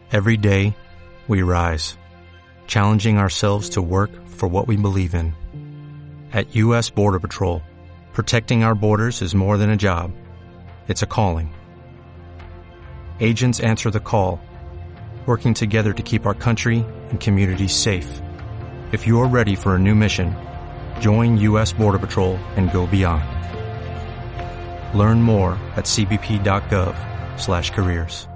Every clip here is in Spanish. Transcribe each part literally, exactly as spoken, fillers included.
Every day, we rise, challenging ourselves to work for what we believe in. At U S Border Patrol, protecting our borders is more than a job. It's a calling. Agents answer the call, working together to keep our country and communities safe. If you are ready for a new mission, join U S Border Patrol and go beyond. Learn more at c b p dot gov slash careers.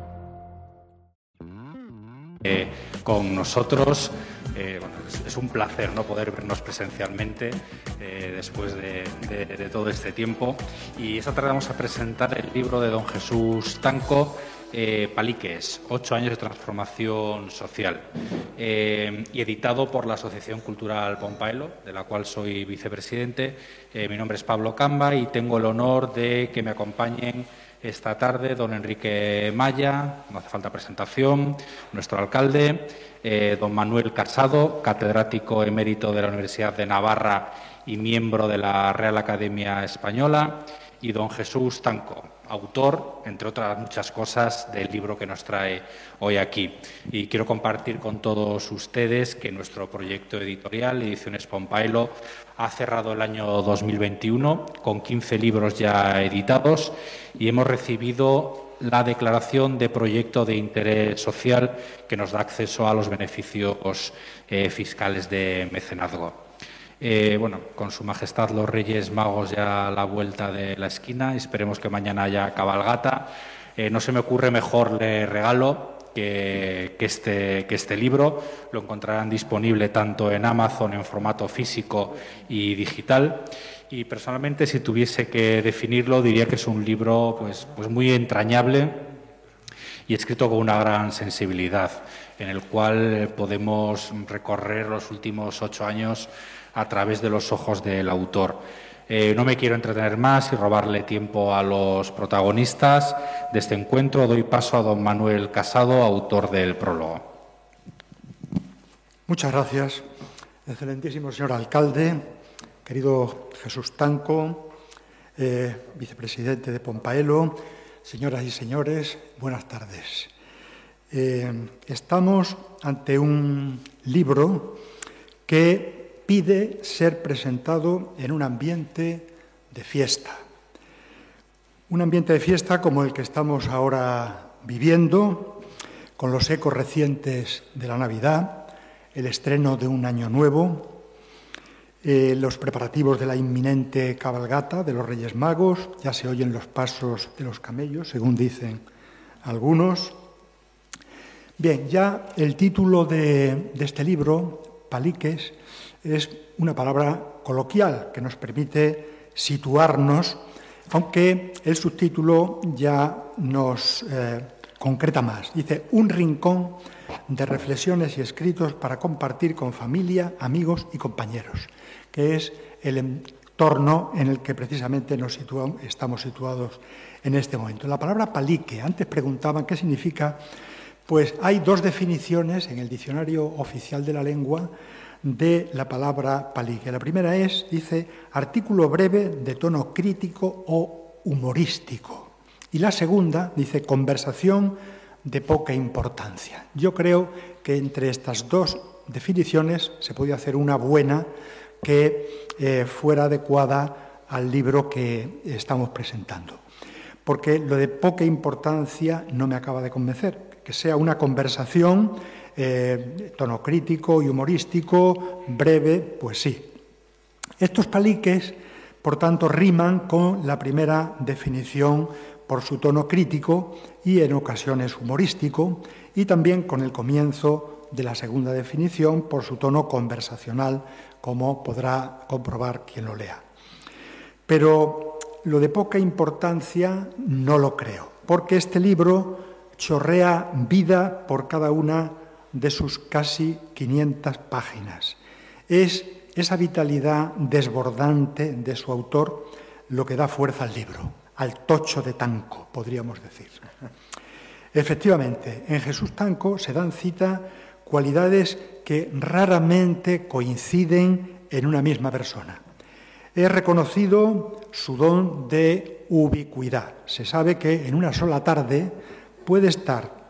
Eh, con nosotros, eh, bueno, es, es un placer no poder vernos presencialmente eh, después de, de, de todo este tiempo, y esta tarde vamos a presentar el libro de don Jesús Tanco, eh, Paliques, ocho años de transformación social, eh, y editado por la Asociación Cultural Pompaelo, de la cual soy vicepresidente. Eh, mi nombre es Pablo Camba y tengo el honor de que me acompañen esta tarde don Enrique Maya, no hace falta presentación, nuestro alcalde, eh, don Manuel Casado, catedrático emérito de la Universidad de Navarra y miembro de la Real Academia Española, y don Jesús Tanco, autor, entre otras muchas cosas, del libro que nos trae hoy aquí. Y quiero compartir con todos ustedes que nuestro proyecto editorial, Ediciones Pompaelo, ha cerrado el año dos mil veintiuno con quince libros ya editados, y hemos recibido la declaración de proyecto de interés social que nos da acceso a los beneficios eh, fiscales de mecenazgo. Eh, bueno, con Su Majestad los Reyes Magos ya a la vuelta de la esquina, esperemos que mañana haya cabalgata. Eh, no se me ocurre mejor le regalo que, que, este, que este libro. Lo encontrarán disponible tanto en Amazon en formato físico y digital. Y personalmente, si tuviese que definirlo, diría que es un libro pues, pues muy entrañable y escrito con una gran sensibilidad, en el cual podemos recorrer los últimos ocho años a través de los ojos del autor. Eh, no me quiero entretener más y robarle tiempo a los protagonistas de este encuentro. Doy paso a don Manuel Casado, autor del prólogo. Muchas gracias, excelentísimo señor alcalde, querido Jesús Tanco, eh, vicepresidente de Pompaelo, señoras y señores, buenas tardes. Eh, estamos ante un libro que pide ser presentado en un ambiente de fiesta. Un ambiente de fiesta como el que estamos ahora viviendo, con los ecos recientes de la Navidad, el estreno de un año nuevo, eh, los preparativos de la inminente cabalgata de los Reyes Magos, ya se oyen los pasos de los camellos, según dicen algunos. Bien, ya el título de, de este libro, Paliques, es una palabra coloquial que nos permite situarnos, aunque el subtítulo ya nos eh, concreta más. Dice, un rincón de reflexiones y escritos para compartir con familia, amigos y compañeros, que es el entorno en el que precisamente nos situamos, estamos situados en este momento. La palabra palique, antes preguntaban qué significa, pues hay dos definiciones en el Diccionario Oficial de la Lengua de la palabra palique. La primera es, dice, artículo breve de tono crítico o humorístico. Y la segunda, dice, conversación de poca importancia. Yo creo que entre estas dos definiciones se podía hacer una buena que eh, fuera adecuada al libro que estamos presentando. Porque lo de poca importancia no me acaba de convencer. Que sea una conversación Eh, tono crítico y humorístico, breve, pues sí. Estos paliques, por tanto, riman con la primera definición por su tono crítico y en ocasiones humorístico, y también con el comienzo de la segunda definición por su tono conversacional, como podrá comprobar quien lo lea. Pero lo de poca importancia no lo creo, porque este libro chorrea vida por cada una de sus casi quinientas páginas. Es esa vitalidad desbordante de su autor lo que da fuerza al libro, al tocho de Tanco, podríamos decir. Efectivamente, en Jesús Tanco se dan cita cualidades que raramente coinciden en una misma persona. Es reconocido su don de ubicuidad. Se sabe que en una sola tarde puede estar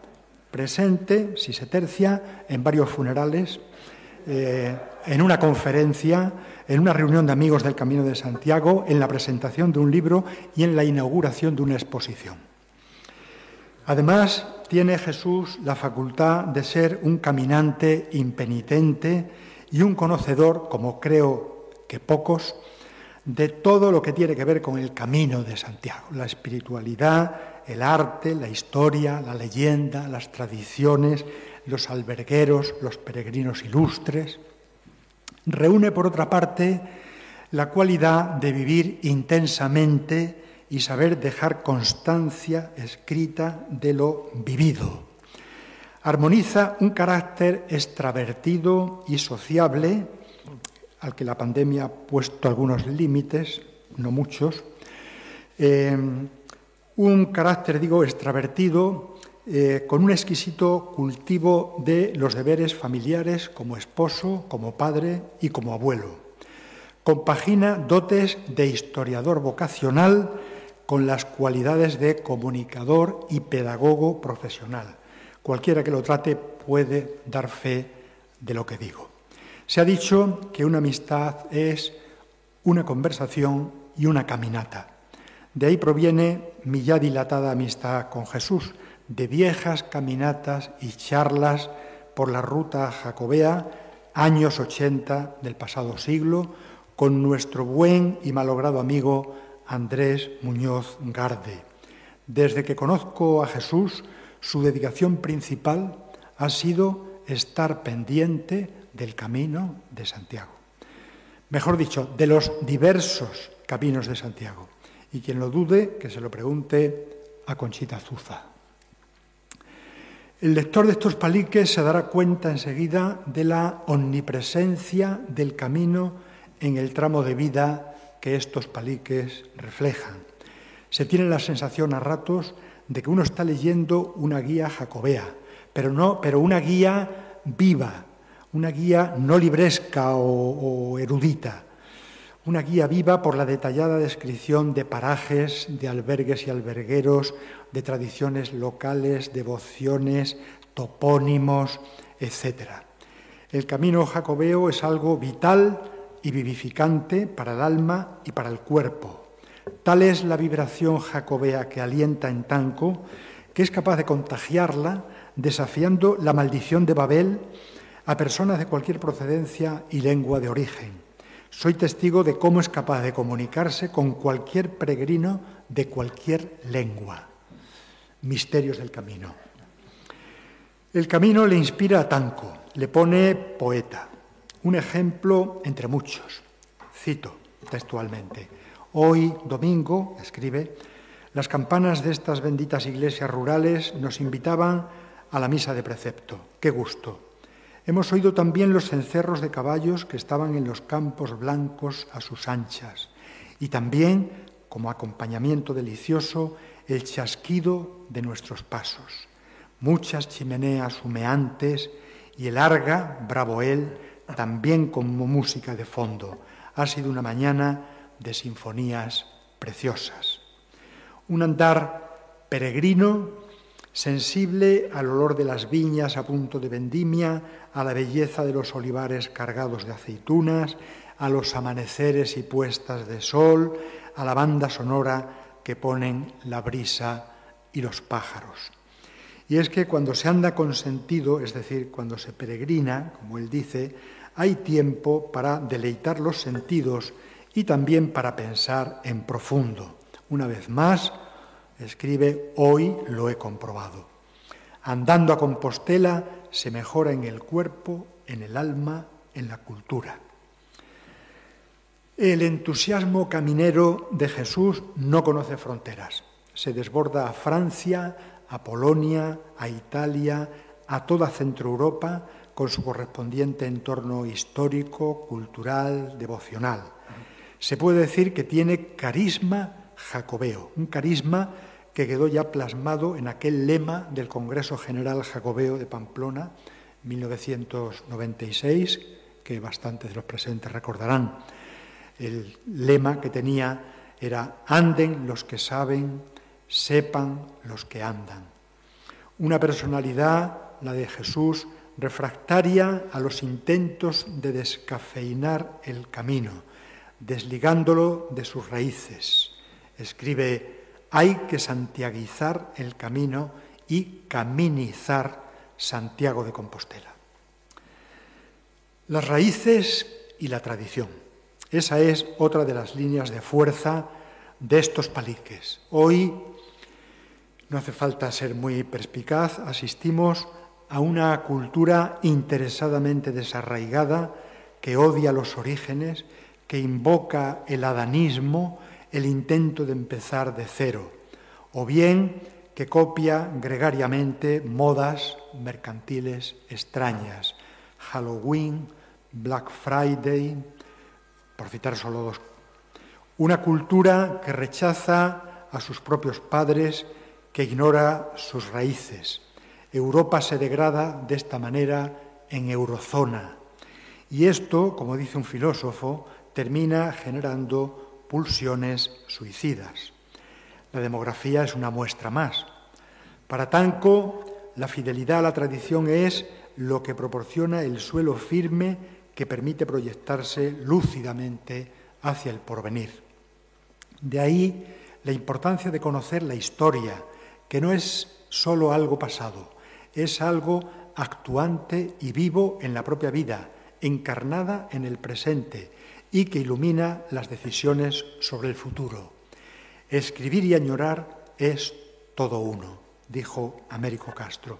presente, si se tercia, en varios funerales, eh, en una conferencia, en una reunión de amigos del Camino de Santiago, en la presentación de un libro y en la inauguración de una exposición. Además, tiene Jesús la facultad de ser un caminante impenitente y un conocedor, como creo que pocos, de todo lo que tiene que ver con el Camino de Santiago, la espiritualidad, el arte, la historia, la leyenda, las tradiciones, los albergueros, los peregrinos ilustres. Reúne, por otra parte, la cualidad de vivir intensamente y saber dejar constancia escrita de lo vivido. Armoniza un carácter extravertido y sociable, al que la pandemia ha puesto algunos límites, no muchos. Eh, un carácter, digo, extravertido, eh, con un exquisito cultivo de los deberes familiares como esposo, como padre y como abuelo. Compagina dotes de historiador vocacional con las cualidades de comunicador y pedagogo profesional. Cualquiera que lo trate puede dar fe de lo que digo. Se ha dicho que una amistad es una conversación y una caminata. De ahí proviene mi ya dilatada amistad con Jesús, de viejas caminatas y charlas por la ruta jacobea, años ochenta del pasado siglo, con nuestro buen y malogrado amigo Andrés Muñoz Garde. Desde que conozco a Jesús, su dedicación principal ha sido estar pendiente del Camino de Santiago. Mejor dicho, de los diversos caminos de Santiago. Y quien lo dude, que se lo pregunte a Conchita Zuza. El lector de estos paliques se dará cuenta enseguida de la omnipresencia del camino en el tramo de vida que estos paliques reflejan. Se tiene la sensación a ratos de que uno está leyendo una guía jacobea, pero, no, pero una guía viva, una guía no libresca o, o erudita, una guía viva por la detallada descripción de parajes, de albergues y albergueros, de tradiciones locales, devociones, topónimos, etcétera. El camino jacobeo es algo vital y vivificante para el alma y para el cuerpo. Tal es la vibración jacobea que alienta en Tanco, que es capaz de contagiarla, desafiando la maldición de Babel a personas de cualquier procedencia y lengua de origen. Soy testigo de cómo es capaz de comunicarse con cualquier peregrino de cualquier lengua. Misterios del camino. El camino le inspira a Tanco, le pone poeta. Un ejemplo entre muchos. Cito textualmente. Hoy, domingo, escribe, las campanas de estas benditas iglesias rurales nos invitaban a la misa de precepto. ¡Qué gusto! Hemos oído también los cencerros de caballos que estaban en los campos blancos a sus anchas y también, como acompañamiento delicioso, el chasquido de nuestros pasos. Muchas chimeneas humeantes y el arga, bravo él, también como música de fondo. Ha sido una mañana de sinfonías preciosas. Un andar peregrino, sensible al olor de las viñas a punto de vendimia, a la belleza de los olivares cargados de aceitunas, a los amaneceres y puestas de sol, a la banda sonora que ponen la brisa y los pájaros. Y es que cuando se anda con sentido, es decir, cuando se peregrina, como él dice, hay tiempo para deleitar los sentidos y también para pensar en profundo. Una vez más, escribe, hoy lo he comprobado. Andando a Compostela se mejora en el cuerpo, en el alma, en la cultura. El entusiasmo caminero de Jesús no conoce fronteras. Se desborda a Francia, a Polonia, a Italia, a toda Centroeuropa, con su correspondiente entorno histórico, cultural, devocional. Se puede decir que tiene carisma jacobeo, un carisma que quedó ya plasmado en aquel lema del Congreso General Jacobeo de Pamplona, mil novecientos noventa y seis, que bastantes de los presentes recordarán. El lema que tenía era «Anden los que saben, sepan los que andan». una personalidad, la de Jesús, refractaria a los intentos de descafeinar el camino, desligándolo de sus raíces. Escribe: hay que santiaguizar el camino y caminizar Santiago de Compostela. Las raíces y la tradición. Esa es otra de las líneas de fuerza de estos paliques. Hoy, no hace falta ser muy perspicaz, asistimos a una cultura interesadamente desarraigada que odia los orígenes, que invoca el adanismo, el intento de empezar de cero, o bien que copia gregariamente modas mercantiles extrañas, Halloween, Black Friday, por citar solo dos. Una cultura que rechaza a sus propios padres, que ignora sus raíces. Europa se degrada de esta manera en eurozona. Y esto, como dice un filósofo, termina generando pulsiones suicidas. La demografía es una muestra más. Para Tanco, la fidelidad a la tradición es lo que proporciona el suelo firme que permite proyectarse lúcidamente hacia el porvenir. De ahí la importancia de conocer la historia, que no es solo algo pasado, es algo actuante y vivo en la propia vida, encarnada en el presente y que ilumina las decisiones sobre el futuro. Escribir y añorar es todo uno, dijo Américo Castro.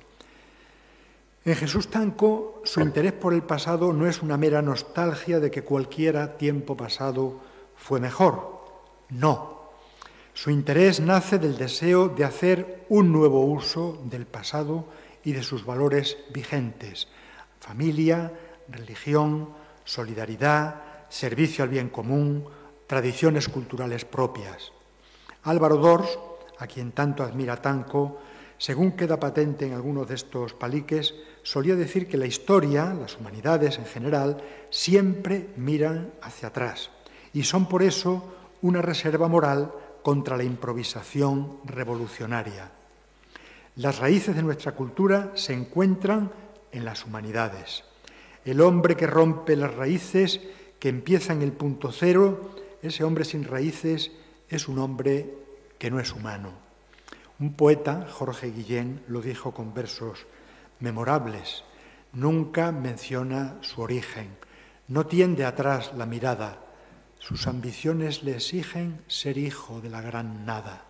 En Jesús Tanco, su interés por el pasado no es una mera nostalgia de que cualquiera tiempo pasado fue mejor. No. Su interés nace del deseo de hacer un nuevo uso del pasado y de sus valores vigentes: familia, religión, solidaridad, servicio al bien común, tradiciones culturales propias. Álvaro Dors, a quien tanto admira Tanco, según queda patente en algunos de estos paliques, solía decir que la historia, las humanidades en general, siempre miran hacia atrás y son por eso una reserva moral contra la improvisación revolucionaria. Las raíces de nuestra cultura se encuentran en las humanidades. El hombre que rompe las raíces, que empieza en el punto cero, ese hombre sin raíces es un hombre que no es humano. Un poeta, Jorge Guillén, lo dijo con versos memorables. Nunca menciona su origen, no tiende atrás la mirada. Sus ambiciones le exigen ser hijo de la gran nada.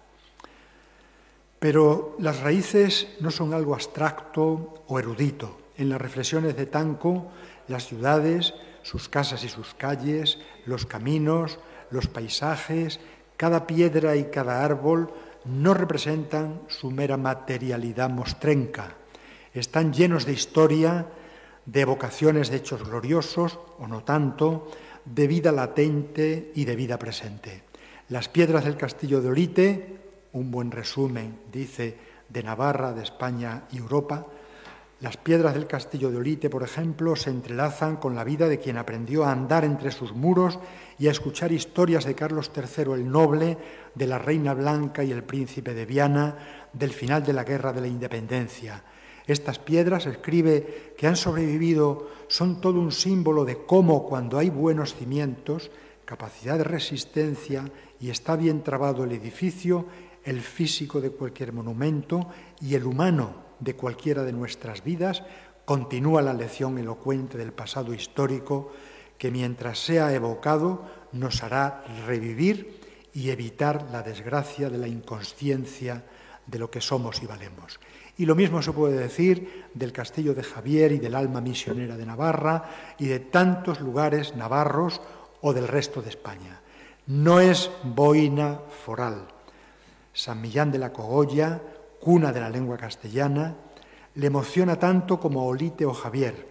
Pero las raíces no son algo abstracto o erudito. En las reflexiones de Tanco, las ciudades, sus casas y sus calles, los caminos, los paisajes, cada piedra y cada árbol no representan su mera materialidad mostrenca. Están llenos de historia, de evocaciones de hechos gloriosos, o no tanto, de vida latente y de vida presente. Las piedras del castillo de Olite, un buen resumen, dice, de Navarra, de España y Europa. Las piedras del castillo de Olite, por ejemplo, se entrelazan con la vida de quien aprendió a andar entre sus muros y a escuchar historias de Carlos tercero el Noble, de la Reina Blanca y el Príncipe de Viana, del final de la Guerra de la Independencia. Estas piedras, escribe, que han sobrevivido, son todo un símbolo de cómo, cuando hay buenos cimientos, capacidad de resistencia y está bien trabado el edificio, el físico de cualquier monumento y el humano de cualquiera de nuestras vidas, continúa la lección elocuente del pasado histórico que, mientras sea evocado, nos hará revivir y evitar la desgracia de la inconsciencia de lo que somos y valemos. Y lo mismo se puede decir del Castillo de Javier y del alma misionera de Navarra y de tantos lugares navarros o del resto de España. No es boina foral. San Millán de la Cogolla, cuna de la lengua castellana, le emociona tanto como Olite o Javier.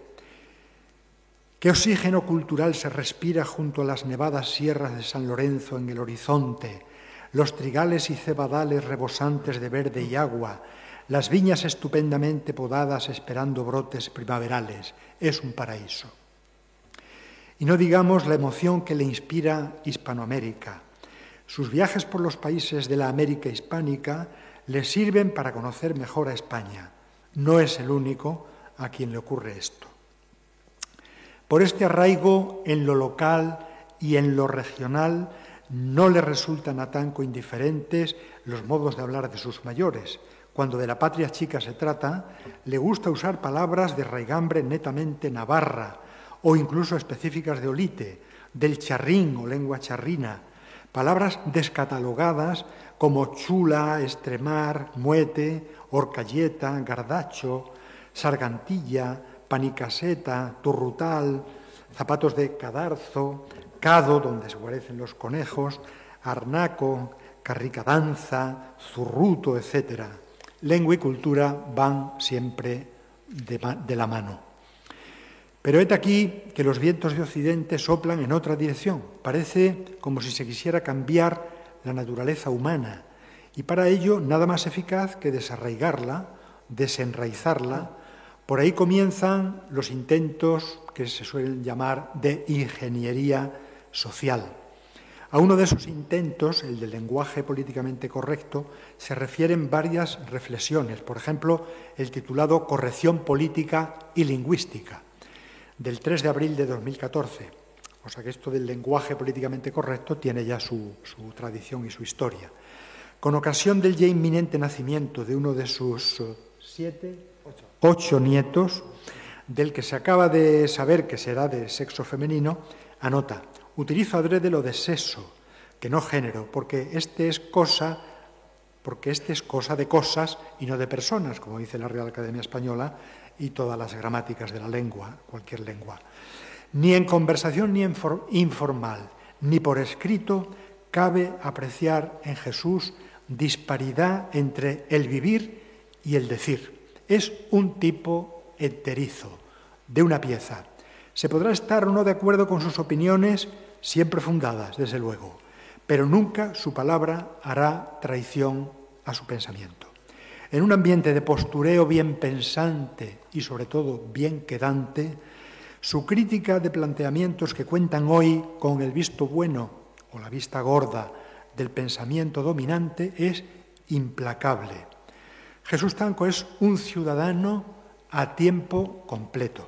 ¿Qué oxígeno cultural se respira junto a las nevadas sierras de San Lorenzo en el horizonte, los trigales y cebadales rebosantes de verde y agua, las viñas estupendamente podadas esperando brotes primaverales? Es un paraíso. Y no digamos la emoción que le inspira Hispanoamérica. Sus viajes por los países de la América hispánica le sirven para conocer mejor a España. No es el único a quien le ocurre esto. Por este arraigo en lo local y en lo regional no le resultan a Tanco indiferentes los modos de hablar de sus mayores. Cuando de la patria chica se trata, le gusta usar palabras de raigambre netamente navarra o incluso específicas de Olite, del charrín o lengua charrina, palabras descatalogadas como chula, estremar, muete, horcalleta, gardacho, sargantilla, panicaseta, turrutal, zapatos de cadarzo, cado, donde se guarecen los conejos, arnaco, carricadanza, zurruto, etcétera. Lengua y cultura van siempre de, de la mano. Pero he aquí que los vientos de Occidente soplan en otra dirección. Parece como si se quisiera cambiar la naturaleza humana, y para ello nada más eficaz que desarraigarla, desenraizarla. Por ahí comienzan los intentos que se suelen llamar de ingeniería social. A uno de esos intentos, el del lenguaje políticamente correcto, se refieren varias reflexiones. Por ejemplo, el titulado Corrección política y lingüística, del tres de abril de dos mil catorce. O sea que esto del lenguaje políticamente correcto tiene ya su, su tradición y su historia. Con ocasión del ya inminente nacimiento de uno de sus siete, ocho, ocho nietos, del que se acaba de saber que será de sexo femenino, anota: utilizo adrede lo de sexo, que no género, porque este es cosa, porque este es cosa de cosas y no de personas, como dice la Real Academia Española y todas las gramáticas de la lengua, cualquier lengua. Ni en conversación ni en for, informal, ni por escrito, cabe apreciar en Jesús disparidad entre el vivir y el decir. Es un tipo enterizo, de una pieza. Se podrá estar o no de acuerdo con sus opiniones, siempre fundadas, desde luego, pero nunca su palabra hará traición a su pensamiento. En un ambiente de postureo bien pensante y sobre todo bien quedante, su crítica de planteamientos que cuentan hoy con el visto bueno o la vista gorda del pensamiento dominante es implacable. Jesús Tanco es un ciudadano a tiempo completo,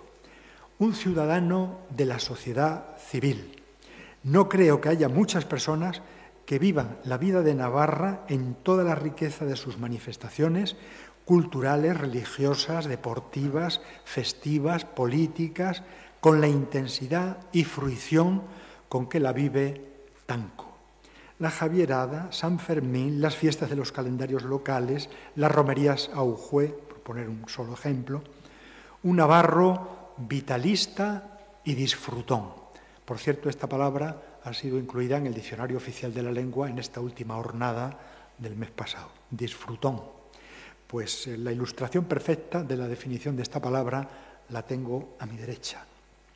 un ciudadano de la sociedad civil. No creo que haya muchas personas que vivan la vida de Navarra en toda la riqueza de sus manifestaciones culturales, religiosas, deportivas, festivas, políticas, con la intensidad y fruición con que la vive Tanco. La Javierada, San Fermín, las fiestas de los calendarios locales, las romerías Aujue, por poner un solo ejemplo, un navarro vitalista y disfrutón. Por cierto, esta palabra ha sido incluida en el Diccionario Oficial de la Lengua en esta última jornada del mes pasado, disfrutón. Pues eh, la ilustración perfecta de la definición de esta palabra la tengo a mi derecha.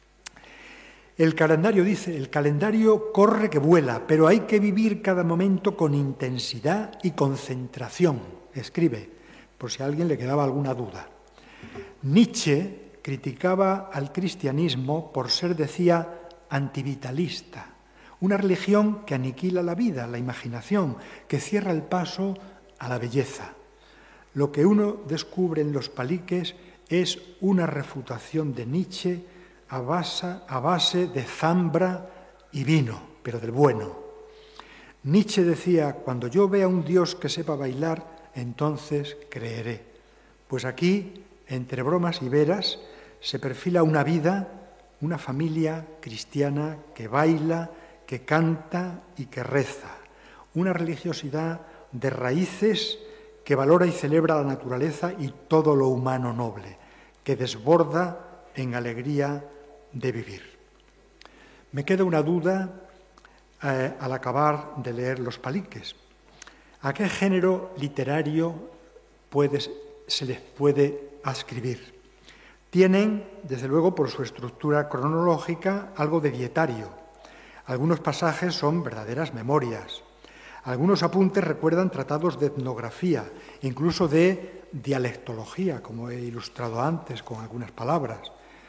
El calendario dice, el calendario corre que vuela, pero hay que vivir cada momento con intensidad y concentración. Escribe, por si a alguien le quedaba alguna duda. Nietzsche criticaba al cristianismo por ser, decía, antivitalista, una religión que aniquila la vida, la imaginación, que cierra el paso a la belleza. Lo que uno descubre en los paliques es una refutación de Nietzsche a base, a base de zambra y vino, pero del bueno. Nietzsche decía, cuando yo vea un Dios que sepa bailar, entonces creeré. Pues aquí, entre bromas y veras, se perfila una vida, una familia cristiana que baila, que canta y que reza. Una religiosidad de raíces que valora y celebra la naturaleza y todo lo humano noble, que desborda en alegría de vivir. Me queda una duda eh, al acabar de leer los paliques. ¿A qué género literario puede, se les puede adscribir? Tienen, desde luego, por su estructura cronológica, algo de dietario. Algunos pasajes son verdaderas memorias. Algunos apuntes recuerdan tratados de etnografía, incluso de dialectología, como he ilustrado antes con algunas palabras.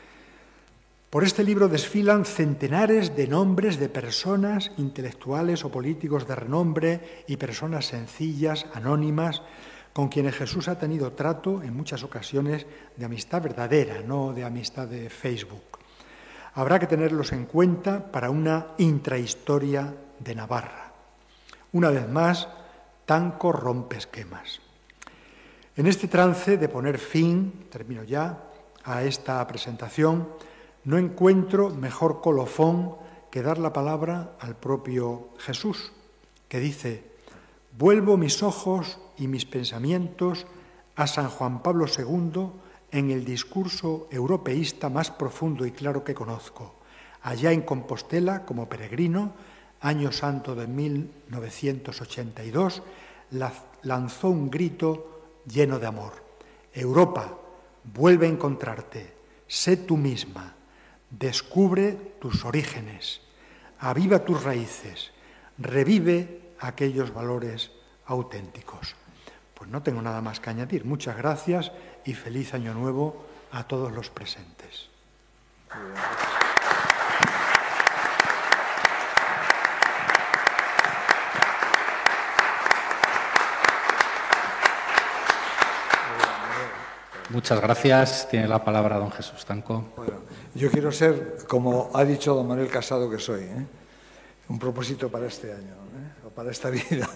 Por este libro desfilan centenares de nombres de personas intelectuales o políticos de renombre y personas sencillas, anónimas, con quienes Jesús ha tenido trato en muchas ocasiones de amistad verdadera, no de amistad de Facebook. Habrá que tenerlos en cuenta para una intrahistoria de Navarra. Una vez más, Tanco rompe esquemas. En este trance de poner fin, termino ya, a esta presentación, no encuentro mejor colofón que dar la palabra al propio Jesús, que dice: «Vuelvo mis ojos y mis pensamientos a San Juan Pablo segundo en el discurso europeísta más profundo y claro que conozco, allá en Compostela como peregrino, año santo de mil novecientos ochenta y dos, lanzó un grito lleno de amor. Europa, vuelve a encontrarte, sé tú misma, descubre tus orígenes, aviva tus raíces, revive aquellos valores auténticos». Pues no tengo nada más que añadir. Muchas gracias y feliz año nuevo a todos los presentes. Muchas gracias. Tiene la palabra don Jesús Tanco. Bueno, yo quiero ser, como ha dicho don Manuel Casado que soy, ¿eh? un propósito para este año, ¿eh? o para esta vida.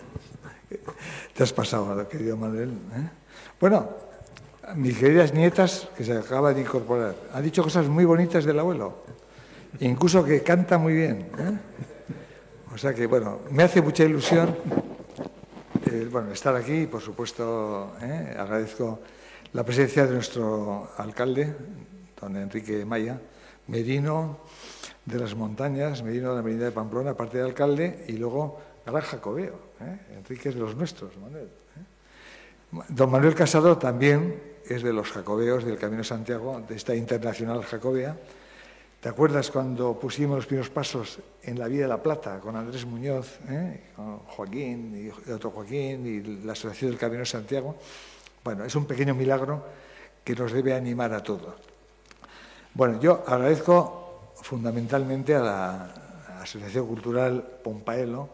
Te has pasado, querido Manuel. ¿eh? Bueno, mis queridas nietas, que se acaba de incorporar, ha dicho cosas muy bonitas del abuelo, incluso que canta muy bien. ¿eh? O sea que, bueno, me hace mucha ilusión eh, bueno, estar aquí y, por supuesto, ¿eh? agradezco la presencia de nuestro alcalde, don Enrique Maya, merino de las montañas, merino de la Avenida de Pamplona, aparte de alcalde, y luego gran jacobeo. ¿eh? Enrique es de los nuestros, Manuel. ¿eh? Don Manuel Casado también es de los jacobeos del Camino de Santiago, de esta internacional jacobea. ¿Te acuerdas cuando pusimos los primeros pasos en la Vía de la Plata con Andrés Muñoz, ¿eh? con Joaquín y otro Joaquín y la Asociación del Camino de Santiago? Bueno, es un pequeño milagro que nos debe animar a todos. Bueno, yo agradezco fundamentalmente a la, a la Asociación Cultural Pompaelo,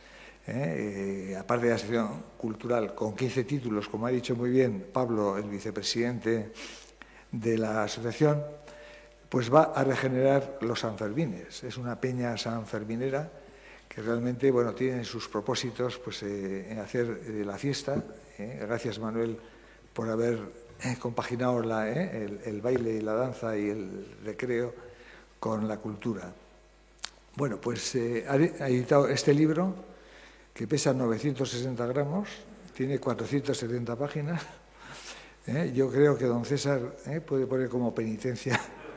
eh, eh, aparte de la Asociación Cultural con quince títulos, como ha dicho muy bien Pablo, el vicepresidente de la asociación, pues va a regenerar los Sanfermines. Es una peña sanferminera que realmente, bueno, tiene sus propósitos pues, eh, en hacer eh, la fiesta. Eh. Gracias, Manuel, por haber eh, compaginado la, eh, el, el baile y la danza y el recreo con la cultura. Bueno, pues eh, ha editado este libro que pesa novecientos sesenta gramos, tiene cuatrocientas setenta páginas. Eh. Yo creo que don César eh, puede poner como penitencia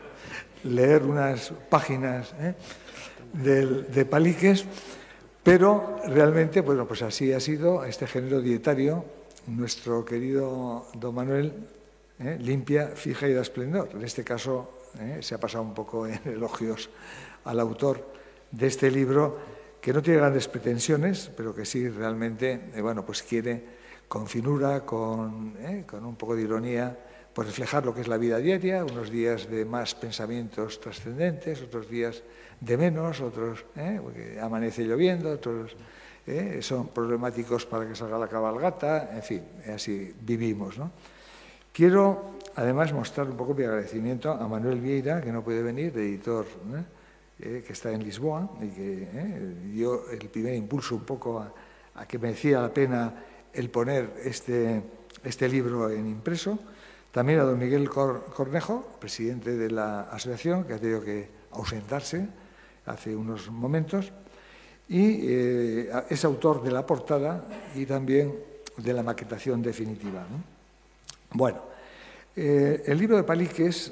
leer unas páginas eh, de, de Paliques, pero realmente, bueno, pues así ha sido este género dietario. Nuestro querido don Manuel eh, limpia, fija y da esplendor. En este caso eh, se ha pasado un poco en elogios al autor de este libro, que no tiene grandes pretensiones, pero que sí realmente, eh, bueno, pues quiere con finura, con, eh, con un poco de ironía, pues reflejar lo que es la vida diaria, unos días de más pensamientos trascendentes, otros días de menos, otros eh, porque amanece lloviendo, otros eh, son problemáticos para que salga la cabalgata, en fin, así vivimos, ¿no? Quiero además mostrar un poco mi agradecimiento a Manuel Vieira, que no puede venir, de editor, ¿eh? Eh, que está en Lisboa y que eh, dio el primer impulso un poco a, a que merecía la pena el poner este, este libro en impreso. También a don Miguel Cornejo, presidente de la asociación, que ha tenido que ausentarse hace unos momentos, y eh, es autor de la portada y también de la maquetación definitiva, ¿no? Bueno, eh, el libro de Paliques,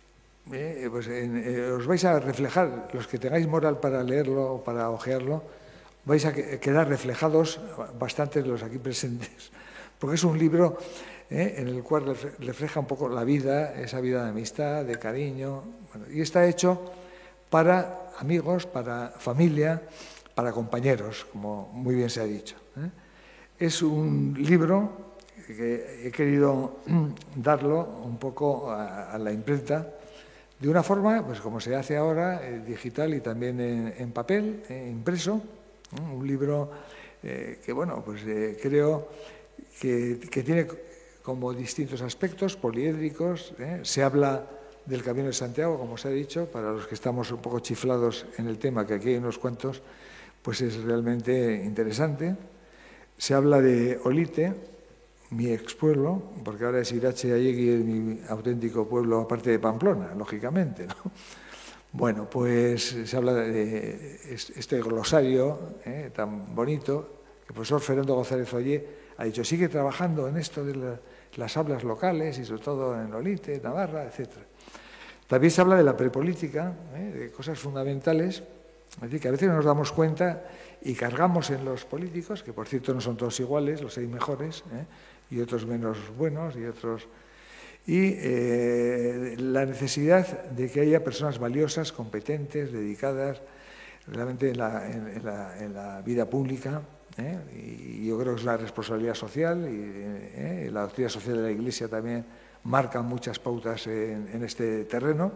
eh, pues, eh, os vais a reflejar, los que tengáis moral para leerlo o para hojearlo, vais a quedar reflejados, bastantes de los aquí presentes, porque es un libro ¿eh? en el cual refleja un poco la vida, esa vida de amistad, de cariño, bueno, y está hecho para amigos, para familia, para compañeros, como muy bien se ha dicho. ¿eh? Es un libro que he querido darlo un poco a, a la imprenta de una forma, pues como se hace ahora, eh, digital y también en, en papel, eh, impreso, ¿eh? un libro eh, que, bueno, pues eh, creo que, que tiene como distintos aspectos poliédricos. ¿eh? Se habla del Camino de Santiago, como se ha dicho, para los que estamos un poco chiflados en el tema, que aquí hay unos cuantos, pues es realmente interesante. Se habla de Olite, mi expueblo, porque ahora es Irache Allegui, mi auténtico pueblo, aparte de Pamplona, lógicamente, ¿no? Bueno, pues se habla de este glosario eh, tan bonito, que el profesor Fernando González Ollé ha dicho, sigue trabajando en esto de la, las hablas locales y sobre todo en Olite, Navarra, etcétera. También se habla de la prepolítica, eh, de cosas fundamentales, es decir, que a veces nos damos cuenta y cargamos en los políticos, que por cierto no son todos iguales, los hay mejores, ¿eh? y otros menos buenos, y otros... Y eh, la necesidad de que haya personas valiosas, competentes, dedicadas realmente en la, en, en la, en la vida pública, ¿eh? y yo creo que es una responsabilidad social, y eh, la doctrina social de la Iglesia también marca muchas pautas en, en este terreno.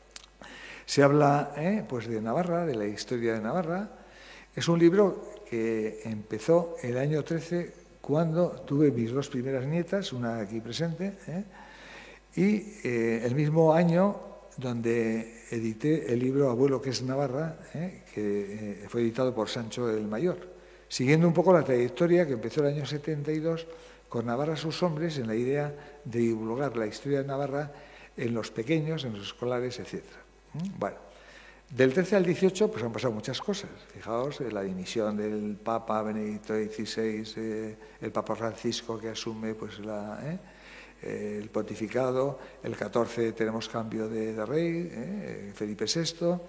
Se habla eh, pues de Navarra, de la historia de Navarra. Es un libro que empezó el año trece, cuando tuve mis dos primeras nietas, una aquí presente, ¿eh? y eh, el mismo año donde edité el libro Abuelo que es Navarra, ¿eh? que eh, fue editado por Sancho el Mayor, siguiendo un poco la trayectoria que empezó el año setenta y dos con Navarra a sus hombres, en la idea de divulgar la historia de Navarra en los pequeños, en los escolares, etcétera. Bueno, del trece al dieciocho pues han pasado muchas cosas. Fijaos, la dimisión del Papa Benedicto dieciséis, eh, el Papa Francisco que asume pues la, eh, eh, el pontificado, el catorce tenemos cambio de, de rey, eh, Felipe sexto,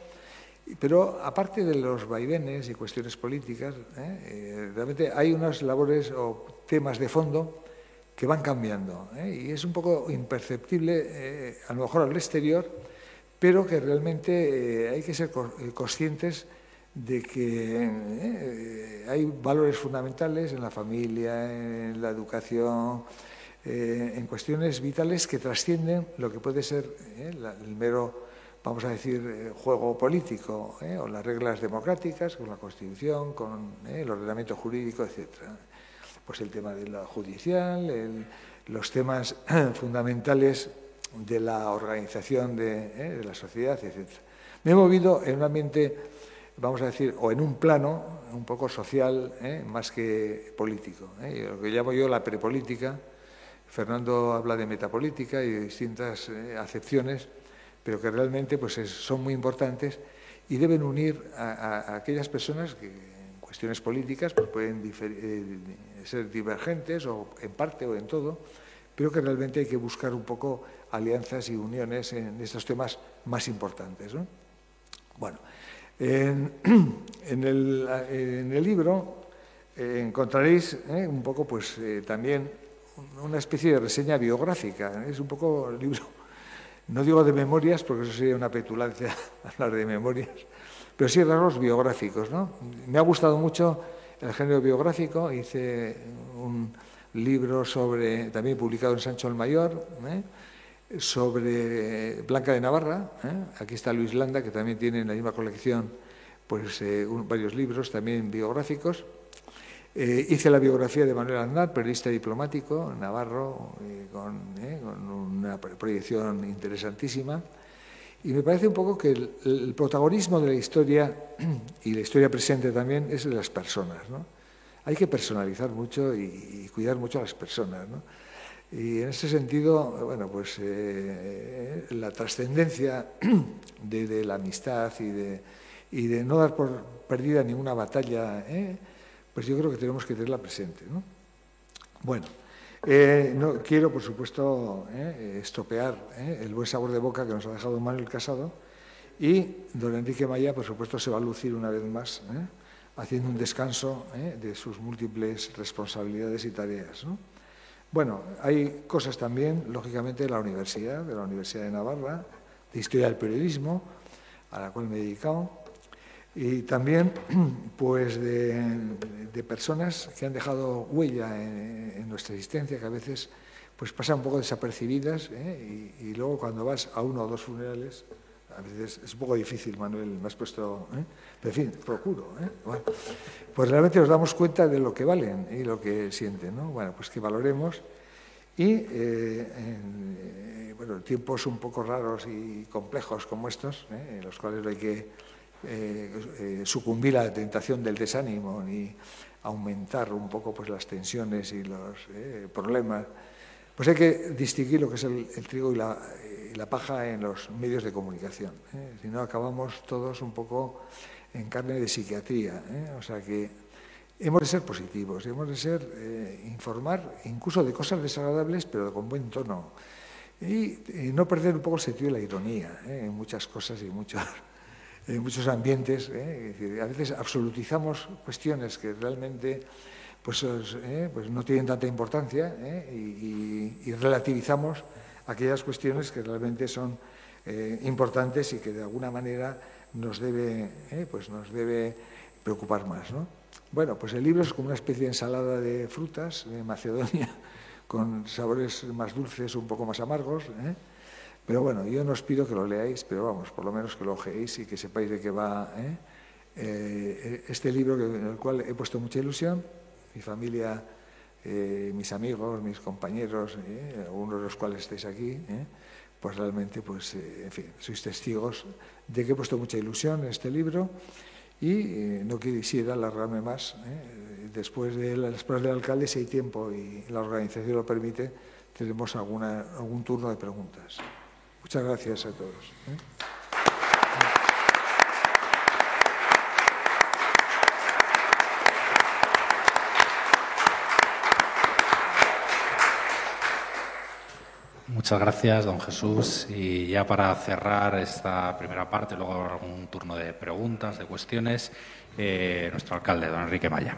pero aparte de los vaivenes y cuestiones políticas, eh, eh, realmente hay unas labores o temas de fondo que van cambiando, eh, y es un poco imperceptible, eh, a lo mejor al exterior, pero que realmente eh, hay que ser conscientes de que eh, hay valores fundamentales en la familia, en la educación, eh, en cuestiones vitales que trascienden lo que puede ser eh, la, el mero, vamos a decir, eh, juego político, eh, o las reglas democráticas, con la Constitución, con eh, el ordenamiento jurídico, etcétera. Pues el tema de la judicial, el, los temas fundamentales de la organización de, eh, de la sociedad, etcétera. Me he movido en un ambiente, vamos a decir, o en un plano un poco social, eh, más que político. Eh, lo que llamo yo la prepolítica. Fernando habla de metapolítica y de distintas eh, acepciones, pero que realmente pues, es, son muy importantes y deben unir a, a, a aquellas personas que en cuestiones políticas pues, pueden eh, ser divergentes, o en parte o en todo, pero que realmente hay que buscar un poco alianzas y uniones en estos temas más importantes, ¿no? Bueno, en, en, el, en el libro eh, encontraréis eh, un poco, pues eh, también una especie de reseña biográfica. Es un poco el libro, no digo de memorias, porque eso sería una petulancia hablar de memorias, pero sí rasgos biográficos, ¿no? Me ha gustado mucho el género biográfico. Hice un libro sobre, también publicado en Sancho el Mayor, ¿eh? sobre Blanca de Navarra. ¿eh? Aquí está Luis Landa, que también tiene en la misma colección pues, eh, un, varios libros también biográficos. Eh, hice la biografía de Manuel Aznar, periodista diplomático, navarro, eh, con, eh, con una proyección interesantísima. Y me parece un poco que el, el protagonismo de la historia, y la historia presente también, es de las personas, ¿no? Hay que personalizar mucho y, y cuidar mucho a las personas, ¿no? Y en ese sentido, bueno, pues eh, la trascendencia de, de la amistad y de, y de no dar por perdida ninguna batalla, ¿eh? pues yo creo que tenemos que tenerla presente, ¿no? Bueno, eh, no quiero, por supuesto, eh, estropear eh, el buen sabor de boca que nos ha dejado Manuel Casado, y don Enrique Maya, por supuesto, se va a lucir una vez más, ¿eh? haciendo un descanso eh, de sus múltiples responsabilidades y tareas, ¿no? Bueno, hay cosas también, lógicamente, de la universidad, de la Universidad de Navarra, de historia del periodismo, a la cual me he dedicado, y también pues, de, de personas que han dejado huella en, en nuestra existencia, que a veces pues, pasan un poco desapercibidas, ¿eh? y, y luego cuando vas a uno o dos funerales, a veces es un poco difícil, Manuel, me has puesto... ¿eh? Pero en fin, procuro. ¿eh? Bueno, pues realmente nos damos cuenta de lo que valen y lo que sienten, ¿no? Bueno, pues que valoremos y eh, en, bueno, tiempos un poco raros y complejos como estos, ¿eh? En los cuales no hay que eh, eh, sucumbir a la tentación del desánimo ni aumentar un poco pues, las tensiones y los eh, problemas, pues hay que distinguir lo que es el, el trigo y la, y la paja en los medios de comunicación. ¿eh? Si no, acabamos todos un poco en carne de psiquiatría. ¿eh? O sea que hemos de ser positivos, hemos de ser, eh, informar incluso de cosas desagradables, pero con buen tono. Y, y no perder un poco el sentido de la ironía ¿eh? en muchas cosas y muchos, en muchos ambientes. ¿eh? Es decir, a veces absolutizamos cuestiones que realmente pues, eh, pues no tienen tanta importancia ¿eh? y, y, y relativizamos aquellas cuestiones que realmente son eh, importantes y que de alguna manera nos debe, eh, pues nos debe preocupar más, ¿no? Bueno, pues el libro es como una especie de ensalada de frutas de Macedonia, con sabores más dulces, un poco más amargos, ¿eh? Pero bueno, yo no os pido que lo leáis, pero vamos, por lo menos que lo ojeéis y que sepáis de qué va ¿eh? Eh, este libro en el cual he puesto mucha ilusión, mi familia, eh, mis amigos, mis compañeros, eh, algunos de los cuales estáis aquí, eh, pues realmente, pues, eh, en fin, sois testigos de que he puesto mucha ilusión en este libro y eh, no quisiera alargarme más. Eh, después de las palabras del alcalde, si hay tiempo y la organización lo permite, tenemos alguna, algún turno de preguntas. Muchas gracias a todos. ¿eh? Muchas gracias, don Jesús. Y ya para cerrar esta primera parte, luego habrá un turno de preguntas, de cuestiones, eh, nuestro alcalde, don Enrique Maya.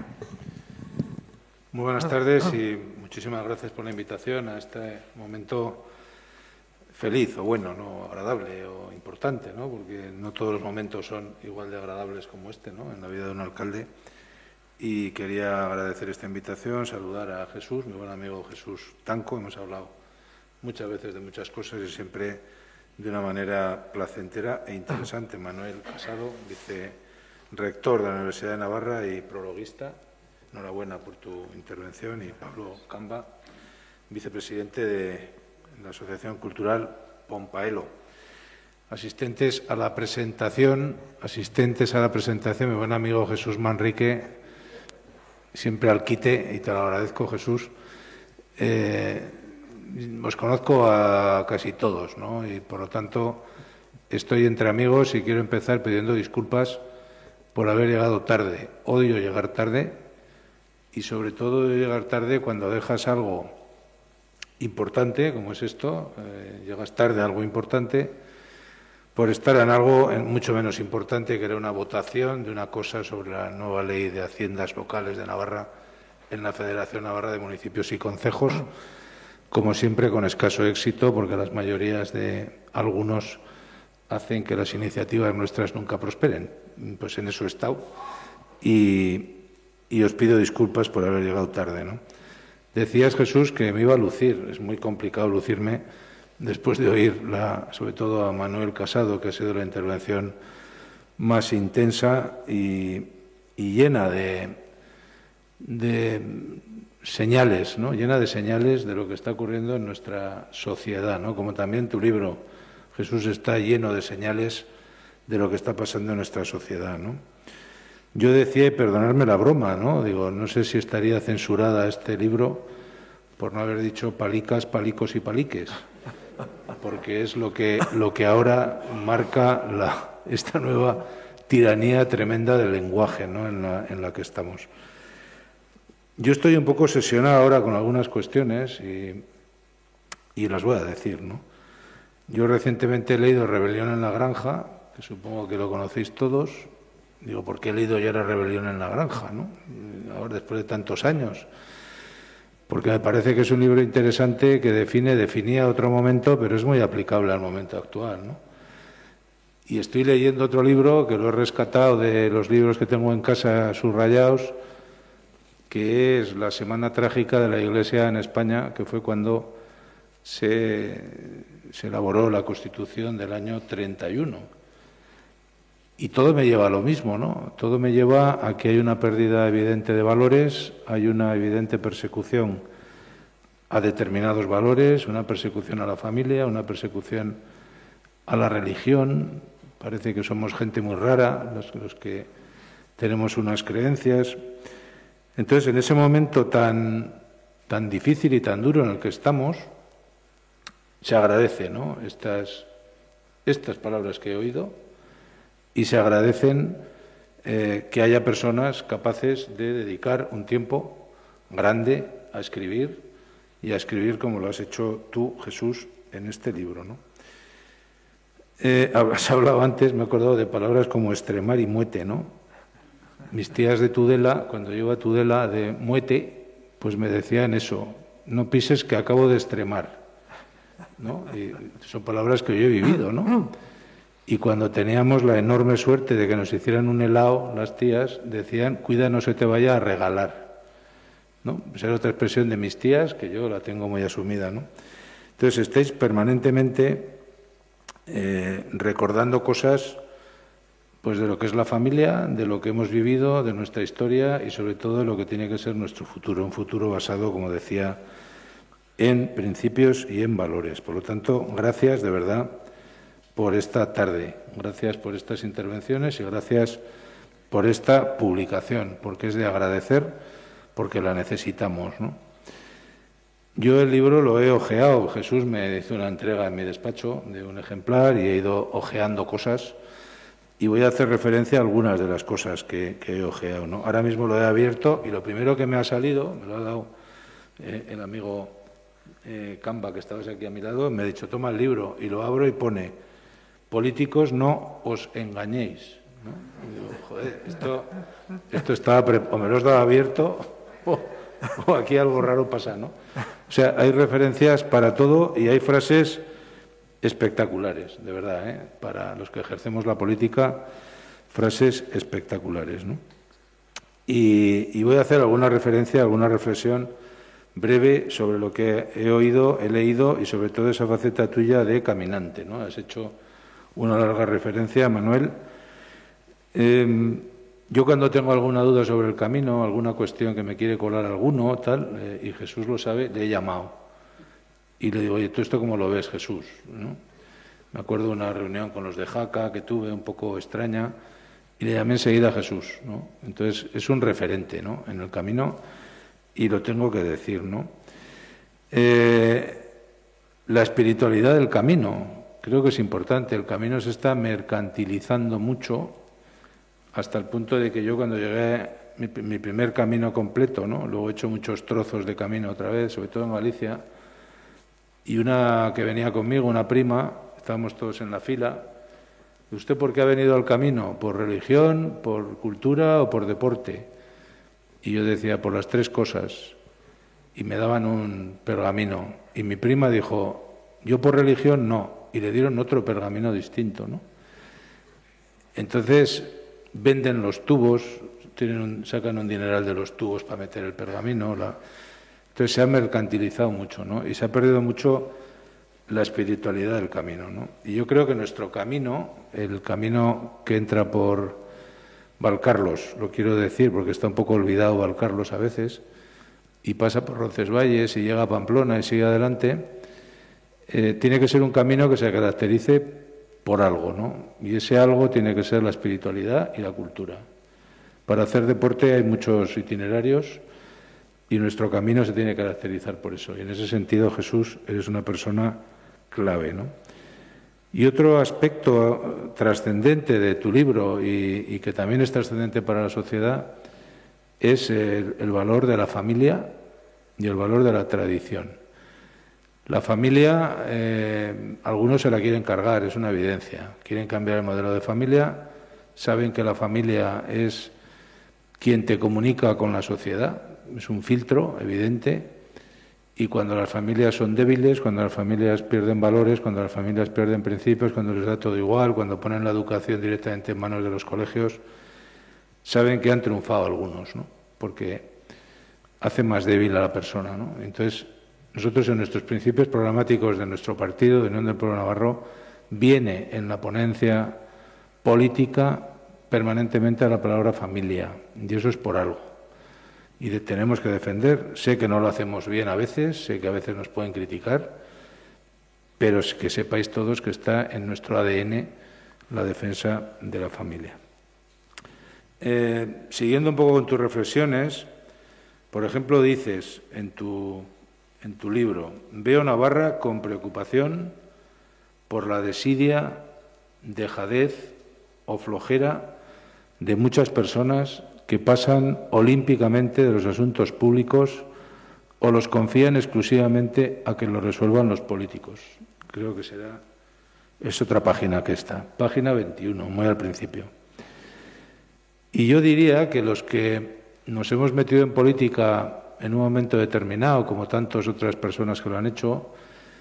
Muy buenas tardes y muchísimas gracias por la invitación a este momento feliz o bueno, no agradable o importante, ¿no? Porque no todos los momentos son igual de agradables como este, ¿no? En la vida de un alcalde. Y quería agradecer esta invitación, saludar a Jesús, mi buen amigo Jesús Tanco. Hemos hablado muchas veces de muchas cosas y siempre de una manera placentera e interesante. Manuel Casado, vicerrector de la Universidad de Navarra y prologuista, enhorabuena por tu intervención, y Pablo Camba, vicepresidente de la Asociación Cultural Pompaelo. Asistentes a la presentación, asistentes a la presentación, mi buen amigo Jesús Manrique, siempre al quite, y te lo agradezco, Jesús. Eh, Os conozco a casi todos, ¿no? Y por lo tanto estoy entre amigos y quiero empezar pidiendo disculpas por haber llegado tarde. Odio llegar tarde y sobre todo odio llegar tarde cuando dejas algo importante, como es esto, eh, llegas tarde a algo importante por estar en algo mucho menos importante, que era una votación de una cosa sobre la nueva ley de haciendas locales de Navarra en la Federación Navarra de Municipios y Concejos. Como siempre, con escaso éxito, porque las mayorías de algunos hacen que las iniciativas nuestras nunca prosperen. Pues en eso he estado. Y, y os pido disculpas por haber llegado tarde, ¿no? Decías, Jesús, que me iba a lucir. Es muy complicado lucirme después de oír, la, sobre todo a Manuel Casado, que ha sido la intervención más intensa y, y llena de... de señales, ¿no? Llena de señales de lo que está ocurriendo en nuestra sociedad, ¿no? Como también tu libro, Jesús, está lleno de señales de lo que está pasando en nuestra sociedad, ¿no? Yo decía, y perdonadme la broma, ¿no? Digo, no sé si estaría censurada este libro por no haber dicho palicas, palicos y paliques, porque es lo que, lo que ahora marca la, esta nueva tiranía tremenda del lenguaje, ¿no? en la, en la que estamos. Yo estoy un poco obsesionado ahora con algunas cuestiones y, y las voy a decir, ¿no? Yo recientemente he leído Rebelión en la Granja, que supongo que lo conocéis todos. Digo, ¿por qué he leído ya la Rebelión en la Granja, ¿no? Ahora, después de tantos años. Porque me parece que es un libro interesante que define, definía otro momento, pero es muy aplicable al momento actual, ¿no? Y estoy leyendo otro libro que lo he rescatado de los libros que tengo en casa subrayados, que es La Semana Trágica de la Iglesia en España, que fue cuando se, se elaboró la Constitución del año treinta y uno. y todo me lleva a lo mismo, ¿no? Todo me lleva a que hay una pérdida evidente de valores, hay una evidente persecución a determinados valores, una persecución a la familia, una persecución a la religión. Parece que somos gente muy rara, los, los que tenemos unas creencias. Entonces, en ese momento tan, tan difícil y tan duro en el que estamos, se agradece, ¿no?, estas, estas palabras que he oído, y se agradecen eh, que haya personas capaces de dedicar un tiempo grande a escribir, y a escribir como lo has hecho tú, Jesús, en este libro, ¿no? Eh, has hablado antes, me he acordado de palabras como extremar y muete, ¿no? Mis tías de Tudela, cuando yo iba a Tudela de muete, pues me decían eso: no pises que acabo de extremar, ¿no? Y son palabras que yo he vivido, ¿no? Y cuando teníamos la enorme suerte de que nos hicieran un helado, las tías decían: cuida, no se te vaya a regalar, ¿no? Esa era otra expresión de mis tías que yo la tengo muy asumida, ¿no? Entonces estáis permanentemente eh, recordando cosas, pues de lo que es la familia, de lo que hemos vivido, de nuestra historia y sobre todo de lo que tiene que ser nuestro futuro, un futuro basado, como decía, en principios y en valores. Por lo tanto, gracias de verdad por esta tarde, gracias por estas intervenciones y gracias por esta publicación, porque es de agradecer, porque la necesitamos, ¿no? Yo el libro lo he ojeado. Jesús me hizo una entrega en mi despacho de un ejemplar y he ido ojeando cosas y voy a hacer referencia a algunas de las cosas que, que he ojeado, ¿no? Ahora mismo lo he abierto y lo primero que me ha salido, me lo ha dado eh, el amigo eh, Camba, que estabas aquí a mi lado, me ha dicho: toma el libro, y lo abro y pone: políticos, no os engañéis, ¿no? Y digo, joder, esto, esto estaba, pre o me lo has dado abierto o, o aquí algo raro pasa, ¿no? O sea, hay referencias para todo y hay frases espectaculares, de verdad, ¿eh? Para los que ejercemos la política, frases espectaculares, ¿no? Y, y voy a hacer alguna referencia, alguna reflexión breve sobre lo que he oído, he leído y sobre todo esa faceta tuya de caminante, ¿no? Has hecho una larga referencia, Manuel. Eh, yo cuando tengo alguna duda sobre el camino, alguna cuestión que me quiere colar alguno, tal, eh, y Jesús lo sabe, le he llamado. Y le digo: oye, ¿tú esto cómo lo ves, Jesús? ¿No? Me acuerdo de una reunión con los de Jaca que tuve un poco extraña y le llamé enseguida a Jesús, ¿no? Entonces es un referente, ¿no?, en el camino y lo tengo que decir, ¿no? Eh, la espiritualidad del camino, creo que es importante. El camino se está mercantilizando mucho hasta el punto de que yo cuando llegué, mi, mi primer camino completo, ¿no?, luego he hecho muchos trozos de camino otra vez, sobre todo en Galicia, y una que venía conmigo, una prima, estábamos todos en la fila: ¿usted por qué ha venido al camino? ¿Por religión, por cultura o por deporte? Y yo decía: por las tres cosas. Y me daban un pergamino. Y mi prima dijo: yo por religión no. Y le dieron otro pergamino distinto, ¿no? Entonces venden los tubos, tienen un, sacan un dineral de los tubos para meter el pergamino. La... Entonces se ha mercantilizado mucho, ¿no? Y se ha perdido mucho la espiritualidad del camino, ¿no? Y yo creo que nuestro camino, el camino que entra por Valcarlos, lo quiero decir porque está un poco olvidado Valcarlos a veces, y pasa por Roncesvalles y llega a Pamplona y sigue adelante, eh, tiene que ser un camino que se caracterice por algo, ¿no? Y ese algo tiene que ser la espiritualidad y la cultura. Para hacer deporte hay muchos itinerarios y nuestro camino se tiene que caracterizar por eso. Y en ese sentido, Jesús, eres una persona clave, ¿no? Y otro aspecto trascendente de tu libro y, y que también es trascendente para la sociedad es el, el valor de la familia y el valor de la tradición. La familia, eh, algunos se la quieren cargar, es una evidencia. Quieren cambiar el modelo de familia, saben que la familia es quien te comunica con la sociedad, es un filtro evidente, y cuando las familias son débiles, cuando las familias pierden valores, cuando las familias pierden principios, cuando les da todo igual, cuando ponen la educación directamente en manos de los colegios, saben que han triunfado algunos, ¿no? Porque hace más débil a la persona, ¿no? Entonces, nosotros en nuestros principios programáticos de nuestro partido, de Unión del Pueblo Navarro, viene en la ponencia política permanentemente a la palabra familia, y eso es por algo. Y de, tenemos que defender, sé que no lo hacemos bien a veces, sé que a veces nos pueden criticar, pero es que sepáis todos que está en nuestro A D N la defensa de la familia. Eh, siguiendo un poco con tus reflexiones, por ejemplo, dices en tu, en tu libro, veo Navarra con preocupación por la desidia, dejadez o flojera de muchas personas que pasan olímpicamente de los asuntos públicos o los confían exclusivamente a que lo resuelvan los políticos. Creo que será, es otra página que esta, página veintiuno, muy al principio. Y yo diría que los que nos hemos metido en política en un momento determinado, como tantas otras personas que lo han hecho,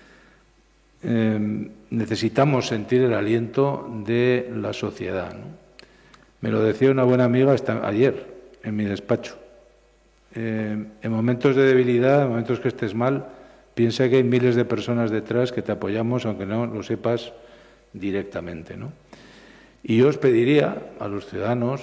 eh, necesitamos sentir el aliento de la sociedad, ¿no? Me lo decía una buena amiga esta, ayer en mi despacho. Eh, en momentos de debilidad, en momentos que estés mal, piensa que hay miles de personas detrás que te apoyamos, aunque no lo sepas directamente, ¿no? Y yo os pediría a los ciudadanos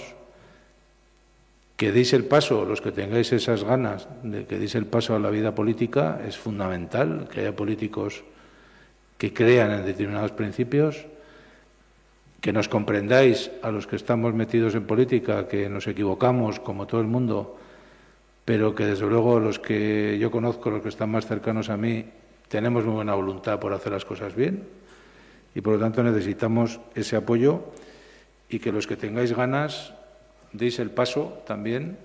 que deis el paso, los que tengáis esas ganas de que deis el paso a la vida política. Es fundamental que haya políticos que crean en determinados principios, que nos comprendáis a los que estamos metidos en política, que nos equivocamos como todo el mundo, pero que desde luego los que yo conozco, los que están más cercanos a mí, tenemos muy buena voluntad por hacer las cosas bien y por lo tanto necesitamos ese apoyo, y que los que tengáis ganas deis el paso también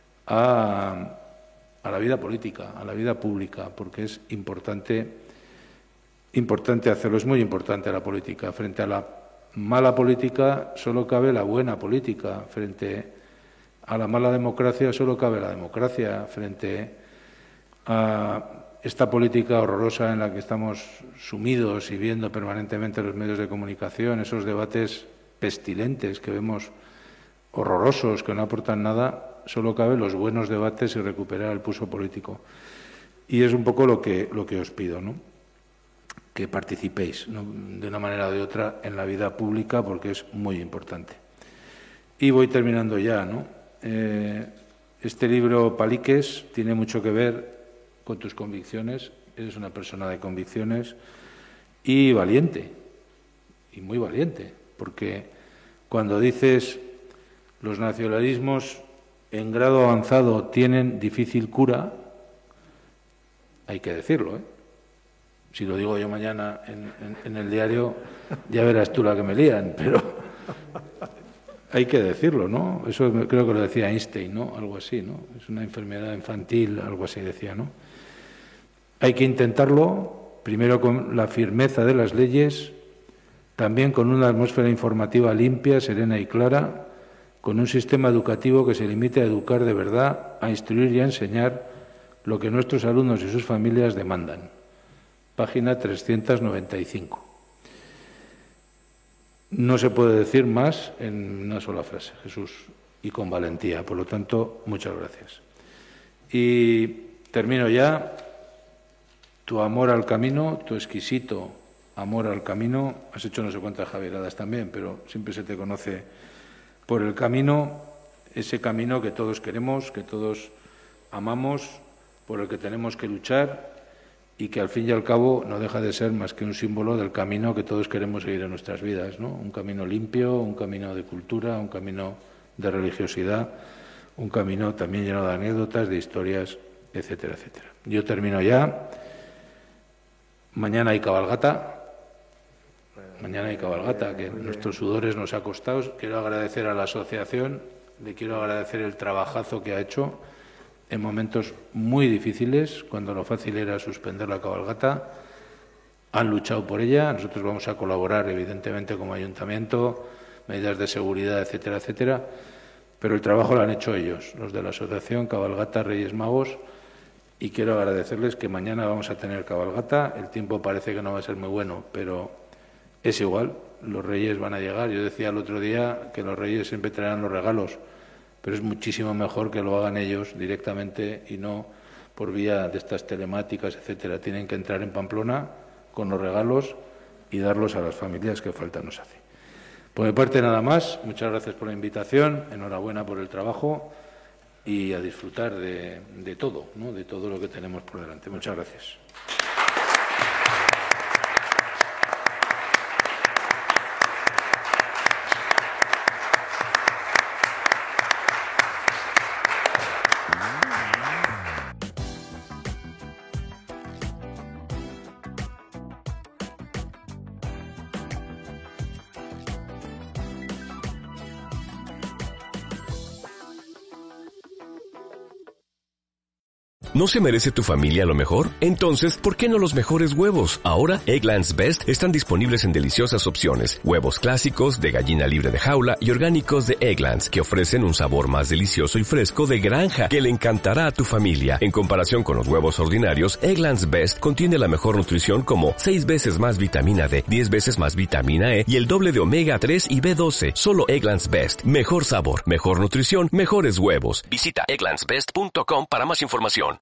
a, a la vida política, a la vida pública, porque es importante, importante hacerlo, es muy importante la política. Frente a la mala política solo cabe la buena política, frente a la mala democracia solo cabe la democracia, frente a esta política horrorosa en la que estamos sumidos y viendo permanentemente los medios de comunicación, esos debates pestilentes que vemos, horrorosos, que no aportan nada, solo cabe los buenos debates y recuperar el pulso político. Y es un poco lo que, lo que os pido, ¿no? Que participéis, ¿no?, de una manera o de otra en la vida pública, porque es muy importante. Y voy terminando ya, ¿no? Eh, este libro, Paliques, tiene mucho que ver con tus convicciones. Eres una persona de convicciones y valiente, y muy valiente, porque cuando dices los nacionalismos en grado avanzado tienen difícil cura, hay que decirlo, ¿eh? Si lo digo yo mañana en, en, en el diario, ya verás tú la que me lían, pero hay que decirlo, ¿no? Eso creo que lo decía Einstein, ¿no? Algo así, ¿no? Es una enfermedad infantil, algo así decía, ¿no? Hay que intentarlo, primero con la firmeza de las leyes, también con una atmósfera informativa limpia, serena y clara, con un sistema educativo que se limite a educar de verdad, a instruir y a enseñar lo que nuestros alumnos y sus familias demandan. Página trescientos noventa y cinco. No se puede decir más en una sola frase, Jesús, y con valentía. Por lo tanto, muchas gracias. Y termino ya. Tu amor al camino, tu exquisito amor al camino. Has hecho no sé cuántas javieradas también, pero siempre se te conoce por el camino, ese camino que todos queremos, que todos amamos, por el que tenemos que luchar, y que al fin y al cabo no deja de ser más que un símbolo del camino que todos queremos seguir en nuestras vidas, ¿no? Un camino limpio, un camino de cultura, un camino de religiosidad, un camino también lleno de anécdotas, de historias, etcétera, etcétera. Yo termino ya. Mañana hay cabalgata. Mañana hay cabalgata, que nuestros sudores nos ha costado. Quiero agradecer a la asociación, le quiero agradecer el trabajazo que ha hecho en momentos muy difíciles, cuando lo fácil era suspender la cabalgata. Han luchado por ella, nosotros vamos a colaborar evidentemente como ayuntamiento, medidas de seguridad, etcétera, etcétera, pero el trabajo lo han hecho ellos, los de la asociación Cabalgata Reyes Magos, y quiero agradecerles que mañana vamos a tener cabalgata. El tiempo parece que no va a ser muy bueno, pero es igual, los reyes van a llegar. Yo decía el otro día que los reyes siempre traerán los regalos, pero es muchísimo mejor que lo hagan ellos directamente y no por vía de estas telemáticas, etcétera. Tienen que entrar en Pamplona con los regalos y darlos a las familias que falta nos hace. Por mi parte nada más, muchas gracias por la invitación, enhorabuena por el trabajo y a disfrutar de, de todo, ¿no? De todo lo que tenemos por delante. Muchas gracias. ¿No se merece tu familia lo mejor? Entonces, ¿por qué no los mejores huevos? Ahora, Eggland's Best están disponibles en deliciosas opciones. Huevos clásicos, de gallina libre de jaula y orgánicos de Eggland's, que ofrecen un sabor más delicioso y fresco de granja, que le encantará a tu familia. En comparación con los huevos ordinarios, Eggland's Best contiene la mejor nutrición como seis veces más vitamina D, diez veces más vitamina E y el doble de omega tres y B doce. Solo Eggland's Best. Mejor sabor, mejor nutrición, mejores huevos. Visita egglands best punto com para más información.